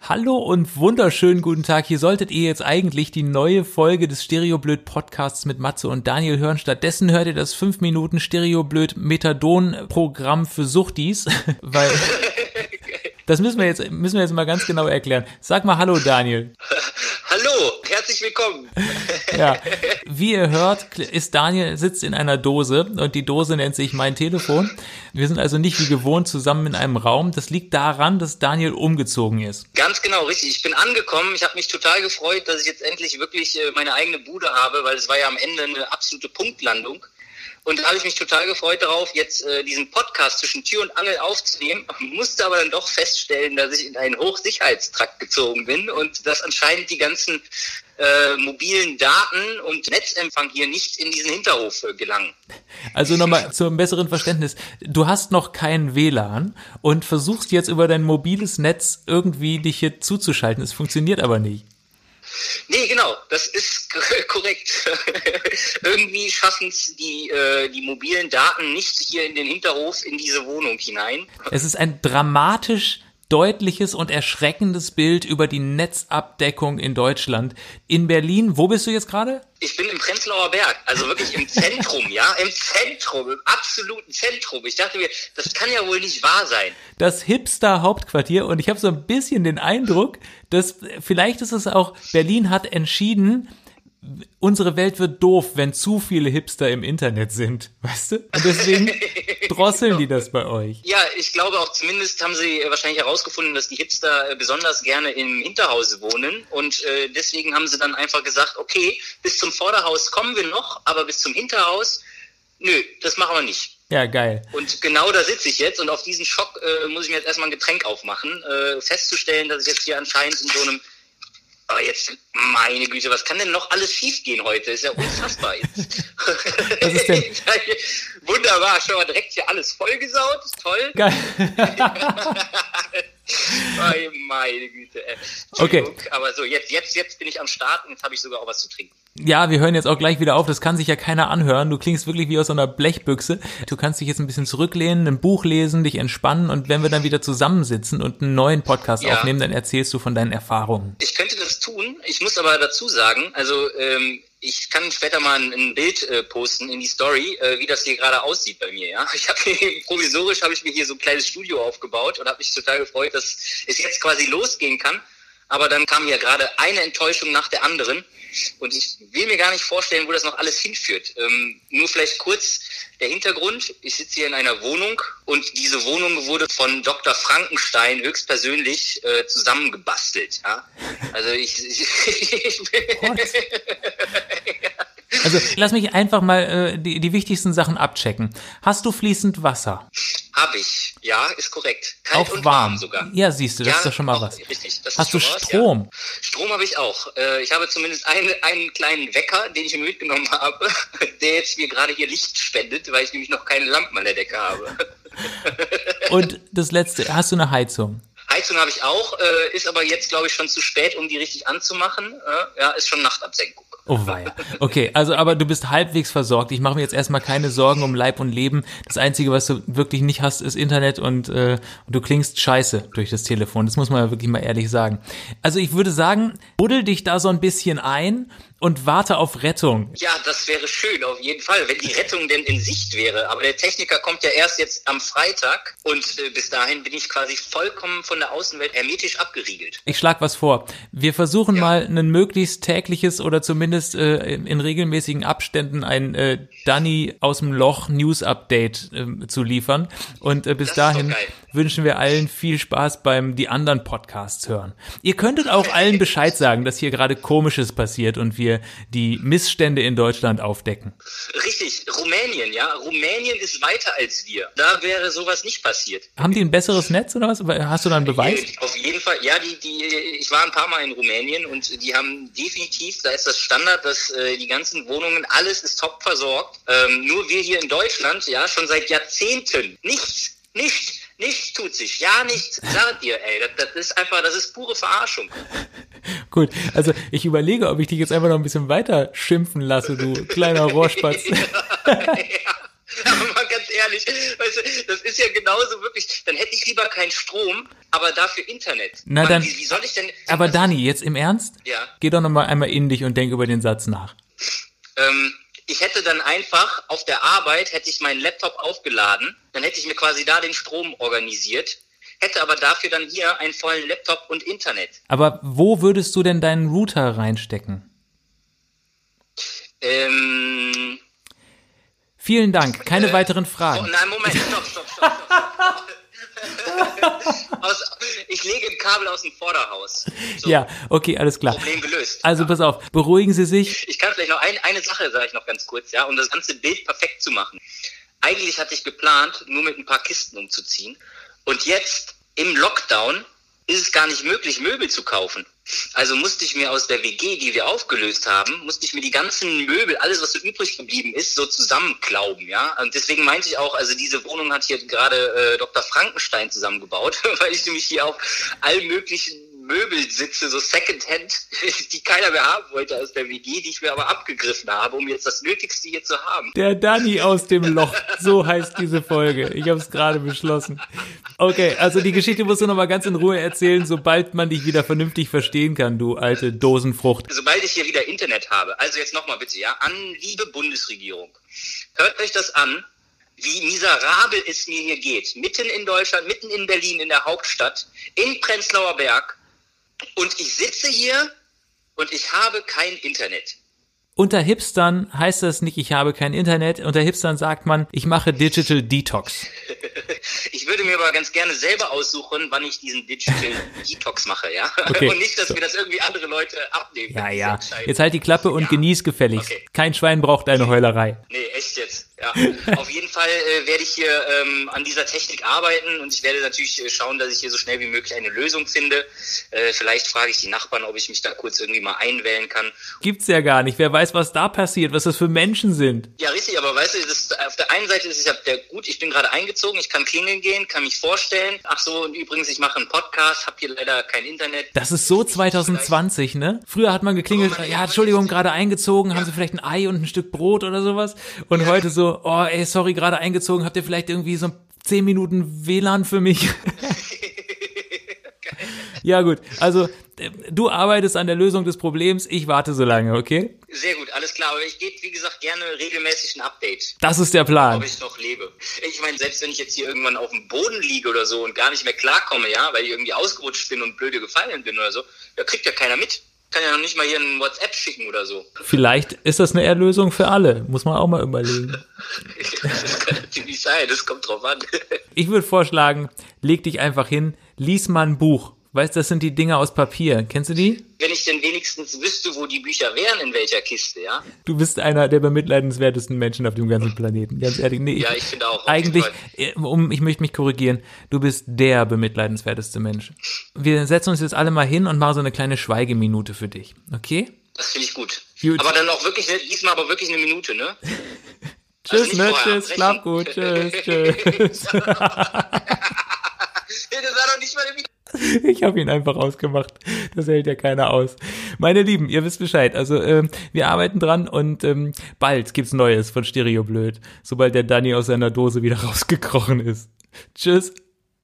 Hallo und wunderschönen guten Tag. Hier solltet ihr jetzt eigentlich die neue Folge des Stereoblöd Podcasts mit Matze und Daniel hören. Stattdessen hört ihr das 5 Minuten Stereoblöd Methadon Programm für Suchtis, weil das müssen wir jetzt mal ganz genau erklären. Sag mal Hallo, Daniel. Hallo, herzlich willkommen. Ja, wie ihr hört, Daniel sitzt in einer Dose und die Dose nennt sich mein Telefon. Wir sind also nicht wie gewohnt zusammen in einem Raum. Das liegt daran, dass Daniel umgezogen ist. Ganz genau, richtig. Ich bin angekommen. Ich habe mich total gefreut, dass ich jetzt endlich wirklich meine eigene Bude habe, weil es war ja am Ende eine absolute Punktlandung. Und da habe ich mich total gefreut darauf, jetzt diesen Podcast zwischen Tür und Angel aufzunehmen, musste aber dann doch feststellen, dass ich in einen Hochsicherheitstrakt gezogen bin und dass anscheinend die ganzen mobilen Daten und Netzempfang hier nicht in diesen Hinterhof gelangen. Also nochmal zum besseren Verständnis. Du hast noch kein WLAN und versuchst jetzt über dein mobiles Netz irgendwie dich hier zuzuschalten. Es funktioniert aber nicht. Nee, genau, das ist korrekt. Irgendwie schaffen es die mobilen Daten nicht hier in den Hinterhof, in diese Wohnung hinein. Es ist ein dramatisch deutliches und erschreckendes Bild über die Netzabdeckung in Deutschland. In Berlin, wo bist du jetzt gerade? Ich bin im Prenzlauer Berg, also wirklich im Zentrum, ja, im Zentrum, im absoluten Zentrum. Ich dachte mir, das kann ja wohl nicht wahr sein. Das Hipster-Hauptquartier, und ich habe so ein bisschen den Eindruck, dass vielleicht ist es auch, Berlin hat entschieden, unsere Welt wird doof, wenn zu viele Hipster im Internet sind, weißt du? Und deswegen drosseln die das bei euch. Ja, ich glaube auch, zumindest haben sie wahrscheinlich herausgefunden, dass die Hipster besonders gerne im Hinterhaus wohnen und deswegen haben sie dann einfach gesagt, okay, bis zum Vorderhaus kommen wir noch, aber bis zum Hinterhaus, nö, das machen wir nicht. Ja, geil. Und genau da sitze ich jetzt und auf diesen Schock muss ich mir jetzt erstmal ein Getränk aufmachen, festzustellen, dass ich jetzt hier anscheinend in so einem Aber jetzt, meine Güte, was kann denn noch alles schiefgehen heute? Ist ja unfassbar jetzt. Was ist denn? Wunderbar, schon mal direkt hier alles vollgesaut, ist toll. Geil. Oh, meine Güte, ey. Okay. Aber so, jetzt bin ich am Start und jetzt habe ich sogar auch was zu trinken. Ja, wir hören jetzt auch gleich wieder auf, das kann sich ja keiner anhören. Du klingst wirklich wie aus so einer Blechbüchse. Du kannst dich jetzt ein bisschen zurücklehnen, ein Buch lesen, dich entspannen und wenn wir dann wieder zusammensitzen und einen neuen Podcast aufnehmen, dann erzählst du von deinen Erfahrungen. Ich könnte das tun, ich muss aber dazu sagen, also ich kann später mal ein Bild posten in die Story, wie das hier gerade aussieht bei mir. Ja, provisorisch habe ich mir hier so ein kleines Studio aufgebaut und habe mich total gefreut, dass es jetzt quasi losgehen kann. Aber dann kam hier gerade eine Enttäuschung nach der anderen. Und ich will mir gar nicht vorstellen, wo das noch alles hinführt. Nur vielleicht kurz der Hintergrund. Ich sitze hier in einer Wohnung und diese Wohnung wurde von Dr. Frankenstein höchstpersönlich zusammengebastelt. Ja? Also Also lass mich einfach mal die wichtigsten Sachen abchecken. Hast du fließend Wasser? Habe ich, ja, ist korrekt. Kalt auch und warm sogar. Ja, siehst du, das ist doch schon mal was. Richtig, das hast ist du schon Strom? Was, ja. Strom habe ich auch. Ich habe zumindest einen kleinen Wecker, den ich mir mitgenommen habe, der jetzt mir gerade hier Licht spendet, weil ich nämlich noch keine Lampen an der Decke habe. Und das Letzte, hast du eine Heizung? Heizung habe ich auch, ist aber jetzt, glaube ich, schon zu spät, um die richtig anzumachen. Ja, ist schon Nachtabsenkung. Oh weia. Okay, also aber du bist halbwegs versorgt. Ich mache mir jetzt erstmal keine Sorgen um Leib und Leben. Das Einzige, was du wirklich nicht hast, ist Internet und du klingst scheiße durch das Telefon. Das muss man ja wirklich mal ehrlich sagen. Also ich würde sagen, buddel dich da so ein bisschen ein und warte auf Rettung. Ja, das wäre schön, auf jeden Fall, wenn die Rettung denn in Sicht wäre. Aber der Techniker kommt ja erst jetzt am Freitag und bis dahin bin ich quasi vollkommen von der Außenwelt hermetisch abgeriegelt. Ich schlag was vor. Wir versuchen mal ein möglichst tägliches oder zumindest in regelmäßigen Abständen ein Danny aus dem Loch News Update zu liefern. Und bis dahin wünschen wir allen viel Spaß beim die anderen Podcasts hören. Ihr könntet auch allen Bescheid sagen, dass hier gerade Komisches passiert und wir die Missstände in Deutschland aufdecken. Richtig, Rumänien, ja. Rumänien ist weiter als wir. Da wäre sowas nicht passiert. Haben die ein besseres Netz oder was? Hast du da einen Beweis? Auf jeden Fall, ja, ich war ein paar Mal in Rumänien und die haben definitiv, da ist das Standard, dass die ganzen Wohnungen, alles ist top versorgt. Nur wir hier in Deutschland, ja, schon seit Jahrzehnten, nichts tut sich, ja nichts, sagt ihr, ey, das ist einfach, das ist pure Verarschung. Gut, also ich überlege, ob ich dich jetzt einfach noch ein bisschen weiter schimpfen lasse, du kleiner Rohrspatz. Ja. Aber mal ganz ehrlich, weißt du, das ist ja genauso wirklich, dann hätte ich lieber keinen Strom, aber dafür Internet. Na Mann, dann, wie soll ich denn... aber Dani, jetzt im Ernst? Ja. Geh doch nochmal einmal in dich und denk über den Satz nach. Ich hätte dann einfach auf der Arbeit, hätte ich meinen Laptop aufgeladen, dann hätte ich mir quasi da den Strom organisiert, hätte aber dafür dann hier einen vollen Laptop und Internet. Aber wo würdest du denn deinen Router reinstecken? Vielen Dank. Keine weiteren Fragen. Nein, Moment, stopp. Ich lege ein Kabel aus dem Vorderhaus. So, ja, okay, alles klar. Problem gelöst. Also pass auf, beruhigen Sie sich. Ich kann vielleicht noch eine Sache, sage ich noch ganz kurz, ja, um das ganze Bild perfekt zu machen. Eigentlich hatte ich geplant, nur mit ein paar Kisten umzuziehen. Und jetzt, im Lockdown, ist es gar nicht möglich, Möbel zu kaufen. Also musste ich mir aus der WG, die wir aufgelöst haben, musste ich mir die ganzen Möbel, alles was so übrig geblieben ist, so zusammenklauben, ja. Und deswegen meinte ich auch, also diese Wohnung hat hier gerade Dr. Frankenstein zusammengebaut, weil ich nämlich hier auf all möglichen Möbel sitze, so Secondhand, die keiner mehr haben wollte aus der WG, die ich mir aber abgegriffen habe, um jetzt das Nötigste hier zu haben. Der Dani aus dem Loch, so heißt diese Folge. Ich habe es gerade beschlossen. Okay, also die Geschichte musst du noch mal ganz in Ruhe erzählen, sobald man dich wieder vernünftig verstehen kann, du alte Dosenfrucht. Sobald ich hier wieder Internet habe, also jetzt nochmal bitte, ja, an liebe Bundesregierung, hört euch das an, wie miserabel es mir hier geht. Mitten in Deutschland, mitten in Berlin, in der Hauptstadt, in Prenzlauer Berg. Und ich sitze hier und ich habe kein Internet. Unter Hipstern heißt das nicht, ich habe kein Internet. Unter Hipstern sagt man, ich mache Digital Detox. Ich würde mir aber ganz gerne selber aussuchen, wann ich diesen Digital Detox mache, ja? Okay. Und nicht, dass mir das irgendwie andere Leute abnehmen. Ja. Jetzt halt die Klappe und genieß gefälligst. Okay. Kein Schwein braucht deine Heulerei. Nee, echt jetzt. Ja, auf jeden Fall werde ich hier an dieser Technik arbeiten und ich werde natürlich schauen, dass ich hier so schnell wie möglich eine Lösung finde. Vielleicht frage ich die Nachbarn, ob ich mich da kurz irgendwie mal einwählen kann. Gibt's ja gar nicht. Wer weiß, was da passiert, was das für Menschen sind. Ja, richtig, aber weißt du, auf der einen Seite ist es ja gut, ich bin gerade eingezogen, ich kann klingeln gehen, kann mich vorstellen. Ach so, und übrigens, ich mache einen Podcast, habe hier leider kein Internet. Das ist so 2020, ne? Früher hat man geklingelt, ja, Entschuldigung, gerade eingezogen, haben Sie vielleicht ein Ei und ein Stück Brot oder sowas? Und heute so, oh, ey, sorry, gerade eingezogen, habt ihr vielleicht irgendwie so 10 Minuten WLAN für mich? Ja gut, also du arbeitest an der Lösung des Problems, ich warte so lange, okay? Sehr gut, alles klar, aber ich gebe, wie gesagt, gerne regelmäßig ein Update. Das ist der Plan. Ob ich noch lebe. Ich meine, selbst wenn ich jetzt hier irgendwann auf dem Boden liege oder so und gar nicht mehr klarkomme, ja, weil ich irgendwie ausgerutscht bin und blöde gefallen bin oder so, da kriegt ja keiner mit. Kann ja noch nicht mal hier ein WhatsApp schicken oder so. Vielleicht ist das eine Erlösung für alle. Muss man auch mal überlegen. Das kann natürlich sein, das kommt drauf an. Ich würde vorschlagen, leg dich einfach hin, lies mal ein Buch. Weißt du, das sind die Dinger aus Papier. Kennst du die? Wenn ich denn wenigstens wüsste, wo die Bücher wären, in welcher Kiste, ja? Du bist einer der bemitleidenswertesten Menschen auf dem ganzen Planeten. Ganz ehrlich. Nee, ja, ich finde auch. Eigentlich, ich möchte mich korrigieren, du bist der bemitleidenswerteste Mensch. Wir setzen uns jetzt alle mal hin und machen so eine kleine Schweigeminute für dich. Okay? Das finde ich gut. Aber dann auch wirklich, diesmal aber wirklich eine Minute, ne? Tschüss, also ne? Tschüss, schlaf gut. Tschüss. Das war doch nicht mal eine Minute. Ich habe ihn einfach ausgemacht. Das hält ja keiner aus. Meine Lieben, ihr wisst Bescheid. Also wir arbeiten dran und bald gibt's Neues von Stereo Blöd, sobald der Dani aus seiner Dose wieder rausgekrochen ist. Tschüss.